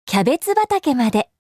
キャベツ畑まで。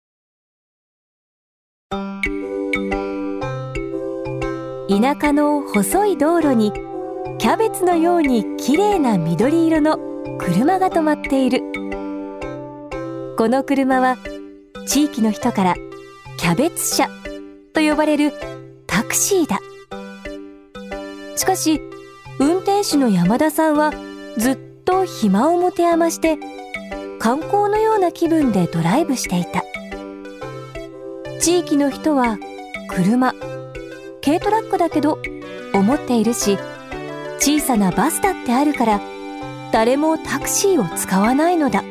田舎の細い道路にキャベツのようにきれいな緑色の車が止まっている。この車は地域の人からキャベツ車と呼ばれるタクシーだ。しかし運転手の山田さんはずっと暇を持て余して観光のような気分でドライブしていた。地域の人は車、軽トラックだけど思っているし、小さなバスだってあるから誰もタクシーを使わないのだ。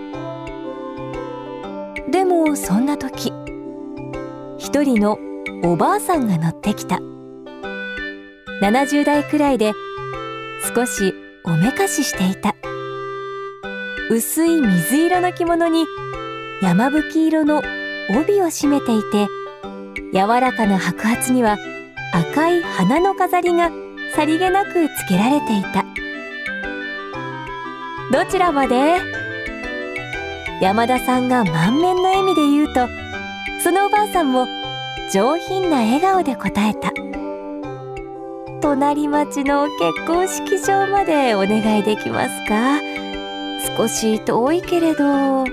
でもそんな時、一人のおばあさんが乗ってきた。70代くらいで少しおめかししていた。薄い水色の着物に山吹色の帯を締めていて、柔らかな白髪には赤い花の飾りがさりげなくつけられていた。どちらまで？山田さんが満面の笑みで言うと、そのおばあさんも上品な笑顔で答えた。隣町の結婚式場までお願いできますか？少し遠いけれど。はい、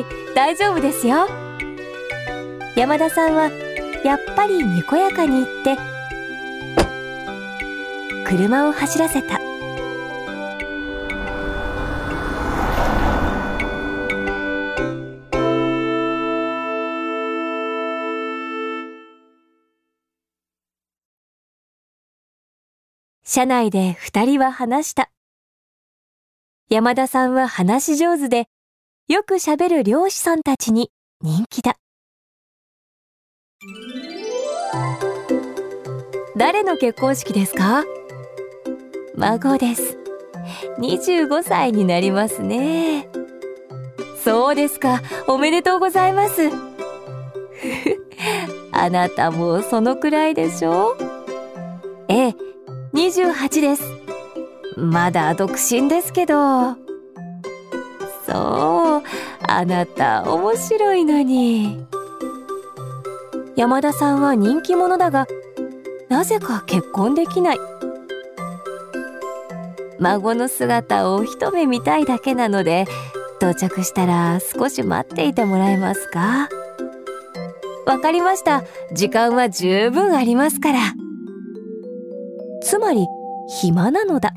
大丈夫ですよ。山田さんはやっぱりにこやかに言って車を走らせた。車内で二人は話した。山田さんは話し上手で、よくしゃべる漁師さんたちに人気だ。誰の結婚式ですか？孫です。25歳になりますね。そうですか、おめでとうございます。あなたもそのくらいでしょ？ええ、28です。まだ独身ですけど。そう、あなた面白いのに。山田さんは人気者だが、なぜか結婚できない。孫の姿を一目見たいだけなので、到着したら少し待っていてもらえますか？わかりました。時間は十分ありますから。つまり暇なのだ。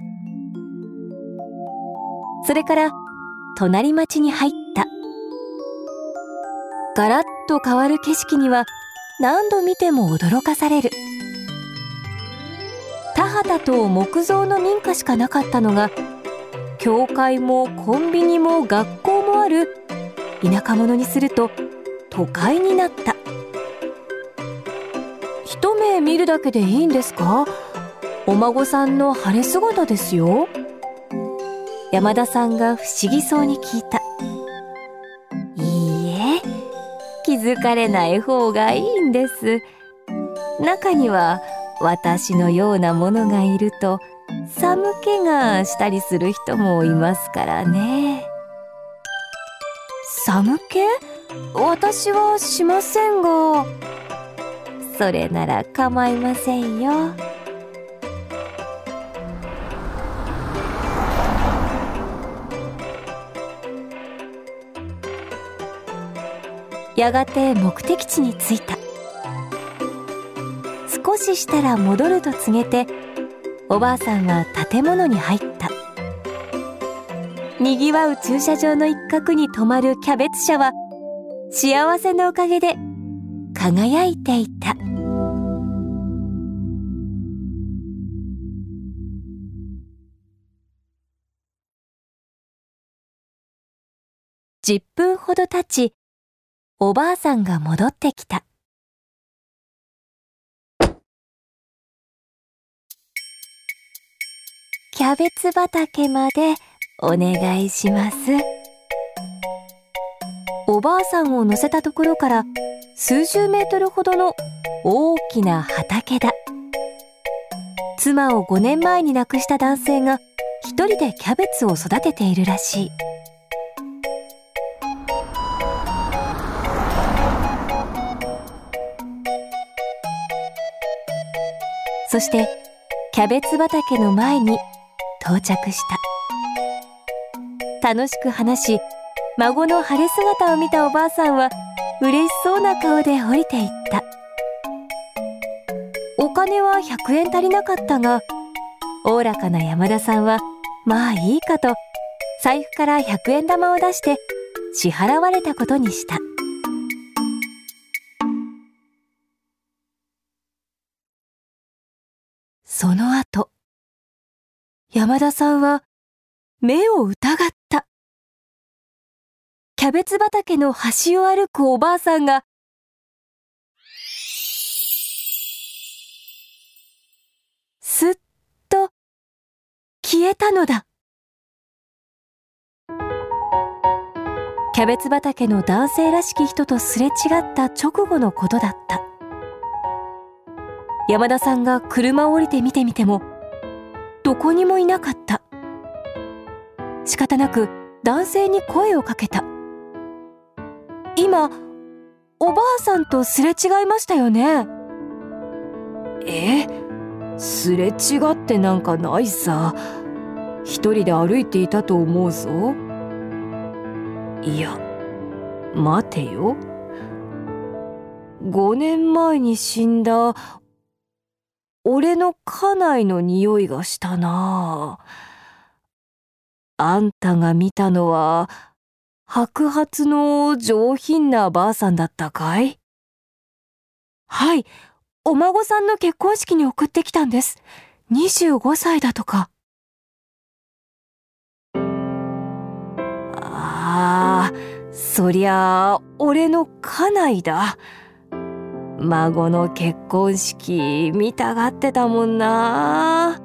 それから隣町に入った。ガラッと変わる景色には何度見ても驚かされる。田畑と木造の民家しかなかったのが、教会もコンビニも学校もある田舎者にすると都会になった。一目見るだけでいいんですか？お孫さんの晴れ姿ですよ。山田さんが不思議そうに聞いた。いいえ、気づかれない方がいいんです。中には私のようなものがいると寒気がしたりする人もいますからね。寒気？私はしませんが。それなら構いませんよ。やがて目的地に着いた。少ししたら戻ると告げて、おばあさんは建物に入った。にぎわう駐車場の一角に止まるキャベツ車は、幸せのおかげで輝いていた。10分ほど経ち、おばあさんが戻ってきた。キャベツ畑までお願いします。おばあさんを乗せたところから数十メートルほどの大きな畑だ。妻を5年前に亡くした男性が一人でキャベツを育てているらしい。 そしてキャベツ畑の前に到着した。楽しく話し、孫の晴れ姿を見たおばあさんは嬉しそうな顔で降りていった。お金は100円足りなかったが、おおらかな山田さんはまあいいかと財布から100円玉を出して支払われたことにした。その後、山田さんは目を疑った。キャベツ畑の端を歩くおばあさんがすっと消えたのだ。キャベツ畑の男性らしき人とすれ違った直後のことだった。山田さんが車を降りて見てみてもどこにもいなかった。仕方なく男性に声をかけた。今、おばあさんとすれ違いましたよね。 すれ違ってなんかないさ。一人で歩いていたと思うぞ。いや、待てよ。5年前に死んだ俺の家内の匂いがしたな。あんたが見たのは白髪の上品なばあさんだったかい？ はい、お孫さんの結婚式に送ってきたんです。25歳だとか。 ああ、そりゃあ俺の家内だ。孫の結婚式見たがってたもんな。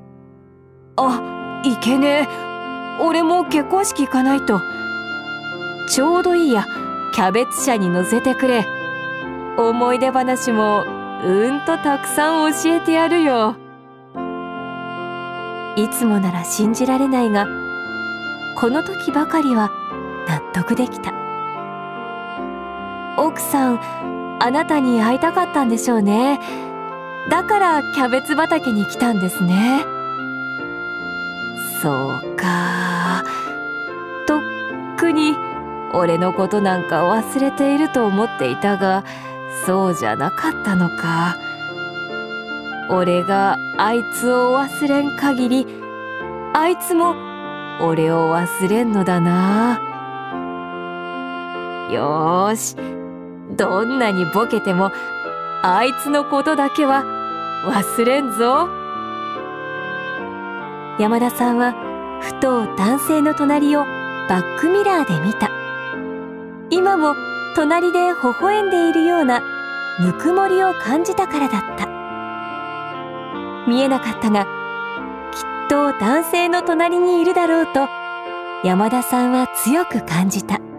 あ、いけねえ。俺も結婚式行かないと。ちょうどいいや、キャベツ車に乗せてくれ。思い出話もたくさん教えてやるよ。いつもなら信じられないが、この時ばかりは納得できた。奥さん、あなたに会いたかったんでしょうね。だからキャベツ畑に来たんですね。そうか。とっくに俺のことなんか忘れていると思っていたが、そうじゃなかったのか。俺があいつを忘れん限り、あいつも俺を忘れんのだな。よーし、どんなにボケてもあいつのことだけは忘れんぞ。 山田さんはふと男性の隣をバックミラーで見た。今も隣で微笑んでいるようなぬくもりを感じたからだった。見えなかったが、きっと男性の隣にいるだろうと山田さんは強く感じた。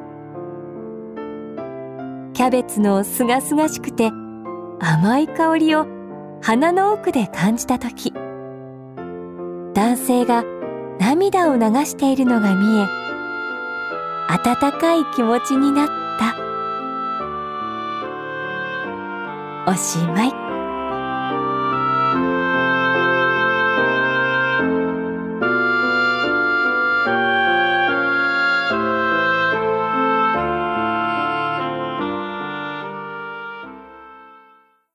キャベツのすがすがしくて甘い香りを鼻の奥で感じたとき、男性が涙を流しているのが見え、温かい気持ちになった。おしまい。